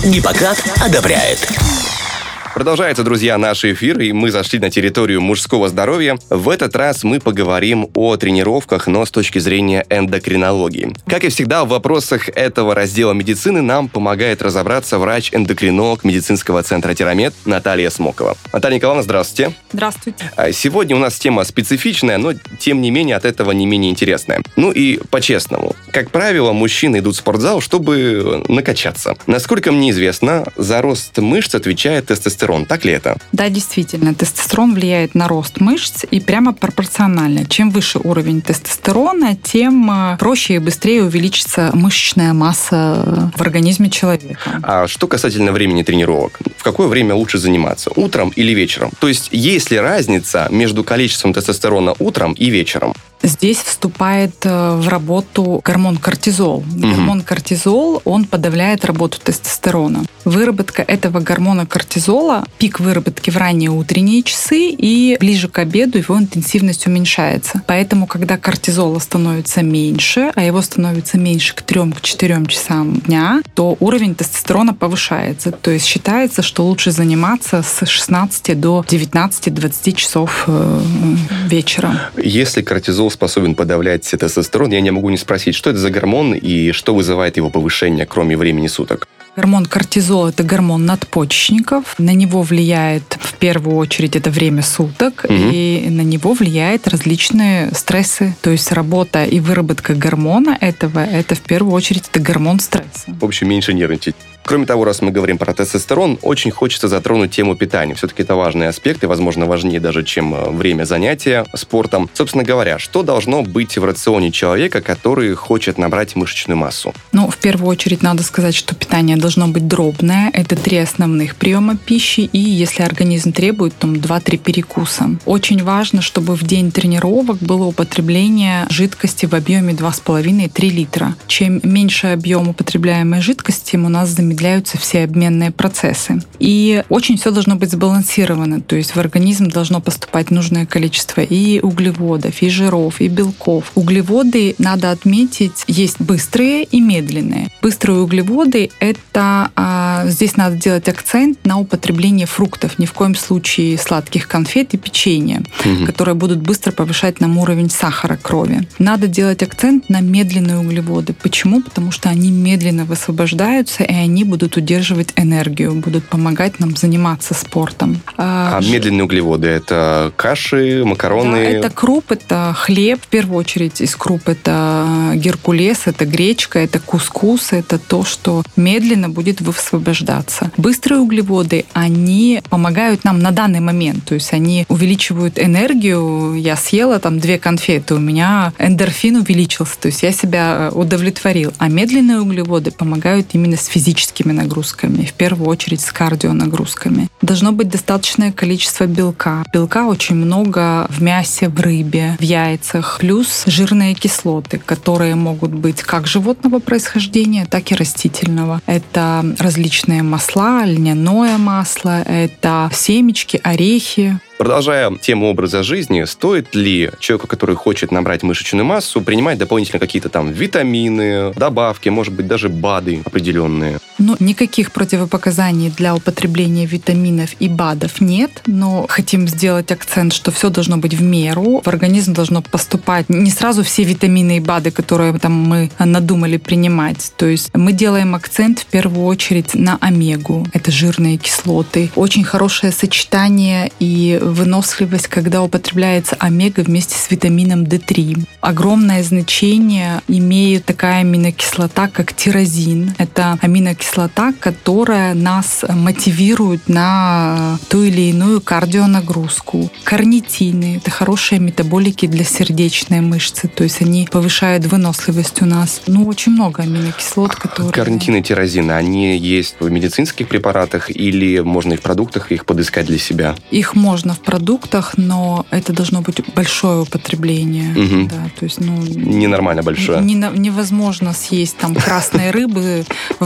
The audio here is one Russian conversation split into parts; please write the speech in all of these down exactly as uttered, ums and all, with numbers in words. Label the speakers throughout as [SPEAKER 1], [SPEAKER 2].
[SPEAKER 1] Гиппократ одобряет.
[SPEAKER 2] Продолжается, друзья, наш эфир, и мы зашли на территорию мужского здоровья. В этот раз мы поговорим о тренировках, но с точки зрения эндокринологии. Как и всегда, в вопросах этого раздела медицины нам помогает разобраться врач-эндокринолог медицинского центра «Тирамед» Наталья Смокова. Наталья Николаевна, здравствуйте.
[SPEAKER 3] Здравствуйте.
[SPEAKER 2] Сегодня у нас тема специфичная, но, тем не менее, от этого не менее интересная. Ну и по-честному. Как правило, мужчины идут в спортзал, чтобы накачаться. Насколько мне известно, за рост мышц отвечает тестостерон. Так ли это?
[SPEAKER 3] Да, действительно, тестостерон влияет на рост мышц и прямо пропорционально. Чем выше уровень тестостерона, тем проще и быстрее увеличится мышечная масса в организме человека.
[SPEAKER 2] А что касательно времени тренировок? В какое время лучше заниматься? Утром или вечером? То есть есть ли разница между количеством тестостерона утром и вечером?
[SPEAKER 3] Здесь вступает в работу гормон кортизол. Угу. Гормон кортизол, он подавляет работу тестостерона. Выработка этого гормона кортизола, пик выработки в ранние утренние часы, и ближе к обеду его интенсивность уменьшается. Поэтому, когда кортизола становится меньше, а его становится меньше к трём-четырём часам дня, то уровень тестостерона повышается. То есть считается, что лучше заниматься с шестнадцати до девятнадцати-двадцати часов вечера.
[SPEAKER 2] Если кортизол способен подавлять тестостерон, я не могу не спросить, что это за гормон и что вызывает его повышение, кроме времени суток?
[SPEAKER 3] Гормон кортизол – это гормон надпочечников. На него влияет, в первую очередь, это время суток, угу. и на него влияет различные стрессы. То есть работа и выработка гормона этого – это, в первую очередь, это гормон стресса.
[SPEAKER 2] В общем, меньше нервничать. Кроме того, раз мы говорим про тестостерон, очень хочется затронуть тему питания. Все-таки это важный аспект, и, возможно, важнее даже, чем время занятия спортом. Собственно говоря, что должно быть в рационе человека, который хочет набрать мышечную массу?
[SPEAKER 3] Ну, в первую очередь, надо сказать, что питание должно быть дробное. Это три основных приема пищи, и, если организм требует, то два-три перекуса. Очень важно, чтобы в день тренировок было употребление жидкости в объеме два с половиной - три литра. Чем меньше объем употребляемой жидкости, тем у нас замедляется замедляются все обменные процессы. И очень все должно быть сбалансировано, то есть в организм должно поступать нужное количество и углеводов, и жиров, и белков. Углеводы, надо отметить, есть быстрые и медленные. Быстрые углеводы — это а, здесь надо делать акцент на употребление фруктов, ни в коем случае сладких конфет и печенья, угу. которые будут быстро повышать нам уровень сахара крови. Надо делать акцент на медленные углеводы. Почему? Потому что они медленно высвобождаются, и они будут удерживать энергию, будут помогать нам заниматься спортом.
[SPEAKER 2] А, а ж... медленные углеводы — это каши, макароны?
[SPEAKER 3] Да, это круп, это хлеб. В первую очередь из круп это геркулес, это гречка, это кускус, это то, что медленно будет высвобождаться. Быстрые углеводы, они помогают нам на данный момент, то есть они увеличивают энергию. Я съела там две конфеты, у меня эндорфин увеличился, то есть я себя удовлетворил. А медленные углеводы помогают именно с физическими нагрузками, в первую очередь с кардионагрузками. Должно быть достаточное количество белка. Белка очень много в мясе, в рыбе, в яйцах, плюс жирные кислоты, которые могут быть как животного происхождения, так и растительного. Это различные масла, льняное масло, это семечки, орехи.
[SPEAKER 2] Продолжая тему образа жизни, стоит ли человеку, который хочет набрать мышечную массу, принимать дополнительно какие-то там витамины, добавки, может быть, даже БАДы определенные?
[SPEAKER 3] Ну, никаких противопоказаний для употребления витаминов и БАДов нет, но хотим сделать акцент, что все должно быть в меру. В организм должно поступать не сразу все витамины и БАДы, которые там мы надумали принимать. То есть мы делаем акцент в первую очередь на омегу. Это жирные кислоты. Очень хорошее сочетание и выносливость, когда употребляется омега вместе с витамином дэ три. Огромное значение имеет такая аминокислота, как тирозин. Это аминокислота, которая нас мотивирует на ту или иную кардионагрузку. Карнитины — это хорошие метаболики для сердечной мышцы, то есть они повышают выносливость у нас. Ну, очень много аминокислот, которые...
[SPEAKER 2] Карнитины, тирозины, они есть в медицинских препаратах или можно и в продуктах их подыскать для себя?
[SPEAKER 3] Их можно в продуктах, но это должно быть большое употребление.
[SPEAKER 2] Угу.
[SPEAKER 3] Да, то есть, ну,
[SPEAKER 2] ненормально большое.
[SPEAKER 3] Не, невозможно съесть там красной рыбы в большом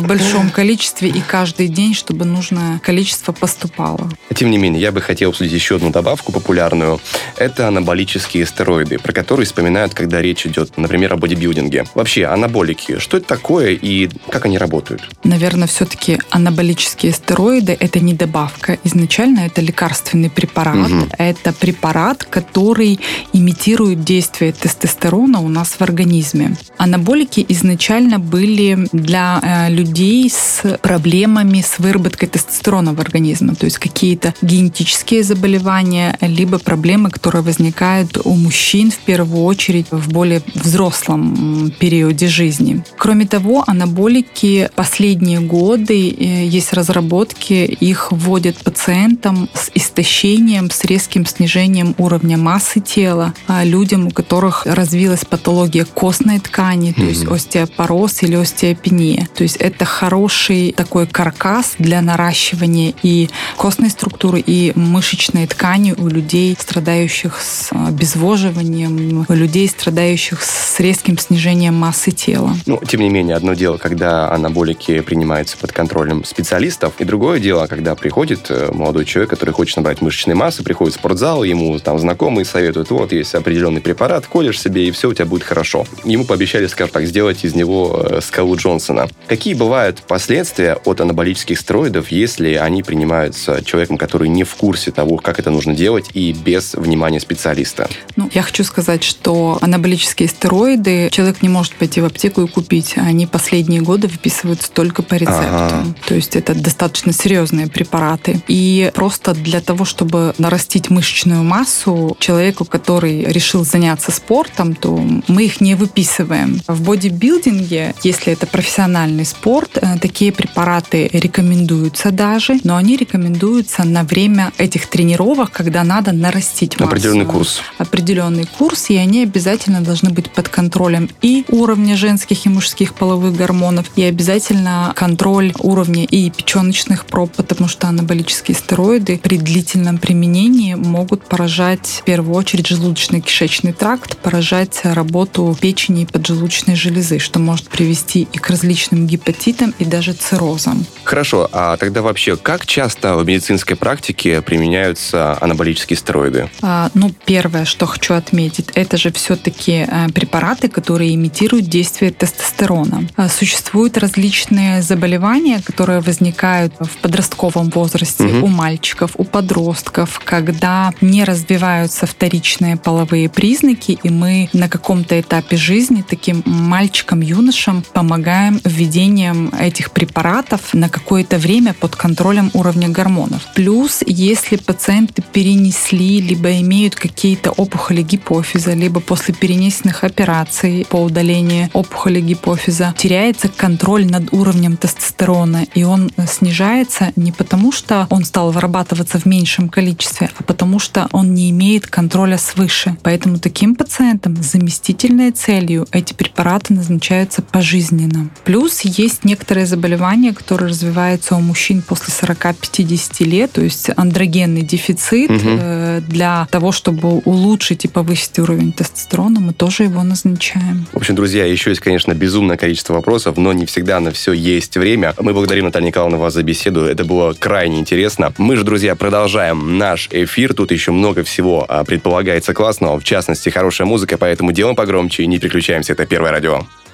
[SPEAKER 3] нужном количестве и каждый день, чтобы нужное количество поступало.
[SPEAKER 2] Тем не менее, я бы хотел обсудить еще одну добавку популярную. Это анаболические стероиды, про которые вспоминают, когда речь идет, например, о бодибилдинге. Вообще, анаболики, что это такое и как они работают?
[SPEAKER 3] Наверное, все-таки анаболические стероиды – это не добавка. Изначально это лекарственный препарат. Угу. Это препарат, который имитирует действие тестостерона у нас в организме. Анаболики изначально были для э, людей с проблемами с выработкой тестостерона в организме, то есть какие-то генетические заболевания, либо проблемы, которые возникают у мужчин в первую очередь в более взрослом периоде жизни. Кроме того, анаболики последние годы, э, есть разработки, их вводят пациентам с истощением, с резким снижением уровня массы тела, а людям, у которых развилась патология костной ткани, то mm-hmm. есть остеопороз или остеопения. То есть это хороший такой каркас для наращивания и костной структуры, и мышечной ткани у людей, страдающих с обезвоживанием, у людей, страдающих с резким снижением массы тела.
[SPEAKER 2] Ну, тем не менее, одно дело, когда анаболики принимаются под контролем специалистов, и другое дело, когда приходит молодой человек, который хочет набрать мышечной массы, приходит в спортзал, ему там знакомые советуют, вот, есть определенный препарат, вколешь себе, и все у тебя будет хорошо. Ему пообещали, скажем так, сделать из него скалу Джонсона. Какие бывают последствия от анаболических стероидов, если они принимаются человеком, который не в курсе того, как это нужно делать, и без внимания специалиста?
[SPEAKER 3] Ну, я хочу сказать, что анаболические стероиды человек не может пойти в аптеку и купить. Они последние годы выписываются только по рецепту. Ага. То есть это достаточно серьезные препараты. И просто для того, чтобы нарастить мышечную массу человеку, который решил заняться спортом, то мы их не выписываем. В бодибилдинге, если это профессиональный спорт, такие препараты рекомендуются даже, но они рекомендуются на время этих тренировок, когда надо нарастить массу.
[SPEAKER 2] Определенный курс.
[SPEAKER 3] Определенный курс, и они обязательно должны быть под контролем и уровня женских и мужских половых гормонов, и обязательно контроль уровня и печеночных проб, потому что анаболические стероиды при длительном применении могут поражать в первую очередь желудочно-кишечный тракт, поражать работу печени и поджелудочной железы, что может привести и к различным гепатитам, и даже циррозам.
[SPEAKER 2] Хорошо, а тогда вообще как часто в медицинской практике применяются анаболические стероиды?
[SPEAKER 3] А, ну, первое, что хочу отметить, это же все-таки препараты, которые имитируют действие тестостерона. А, существуют различные заболевания, которые возникают в подростковом возрасте угу. у мальчиков, у подростков, когда не развиваются вторичные половые признаки, и мы на каком-то этапе жизни таким мальчикам, юношам помогаем введением этих препаратов на какое-то время под контролем уровня гормонов. Плюс, если пациенты перенесли, либо имеют какие-то опухоли гипофиза, либо после перенесенных операций по удалению опухоли гипофиза, теряется контроль над уровнем тестостерона, и он снижается не потому, что он стал вырабатываться в меньшем количестве, а потому что он не имеет контроля свыше. Поэтому таким пациентам с заместительной целью эти препараты назначаются пожизненно. Плюс есть некоторые заболевания, которые развиваются у мужчин после сорок-пятьдесят лет, то есть андрогенный дефицит. Угу. Для того, чтобы улучшить и повысить уровень тестостерона, мы тоже его назначаем.
[SPEAKER 2] В общем, друзья, еще есть, конечно, безумное количество вопросов, но не всегда на все есть время. Мы благодарим, Наталья Николаевна, вас за беседу. Это было крайне интересно. Мы же, друзья, продолжаем наш эфир. Тут еще много всего предполагается классного, в частности, хорошая музыка, поэтому делаем погромче и не переключаемся. Это Первое радио.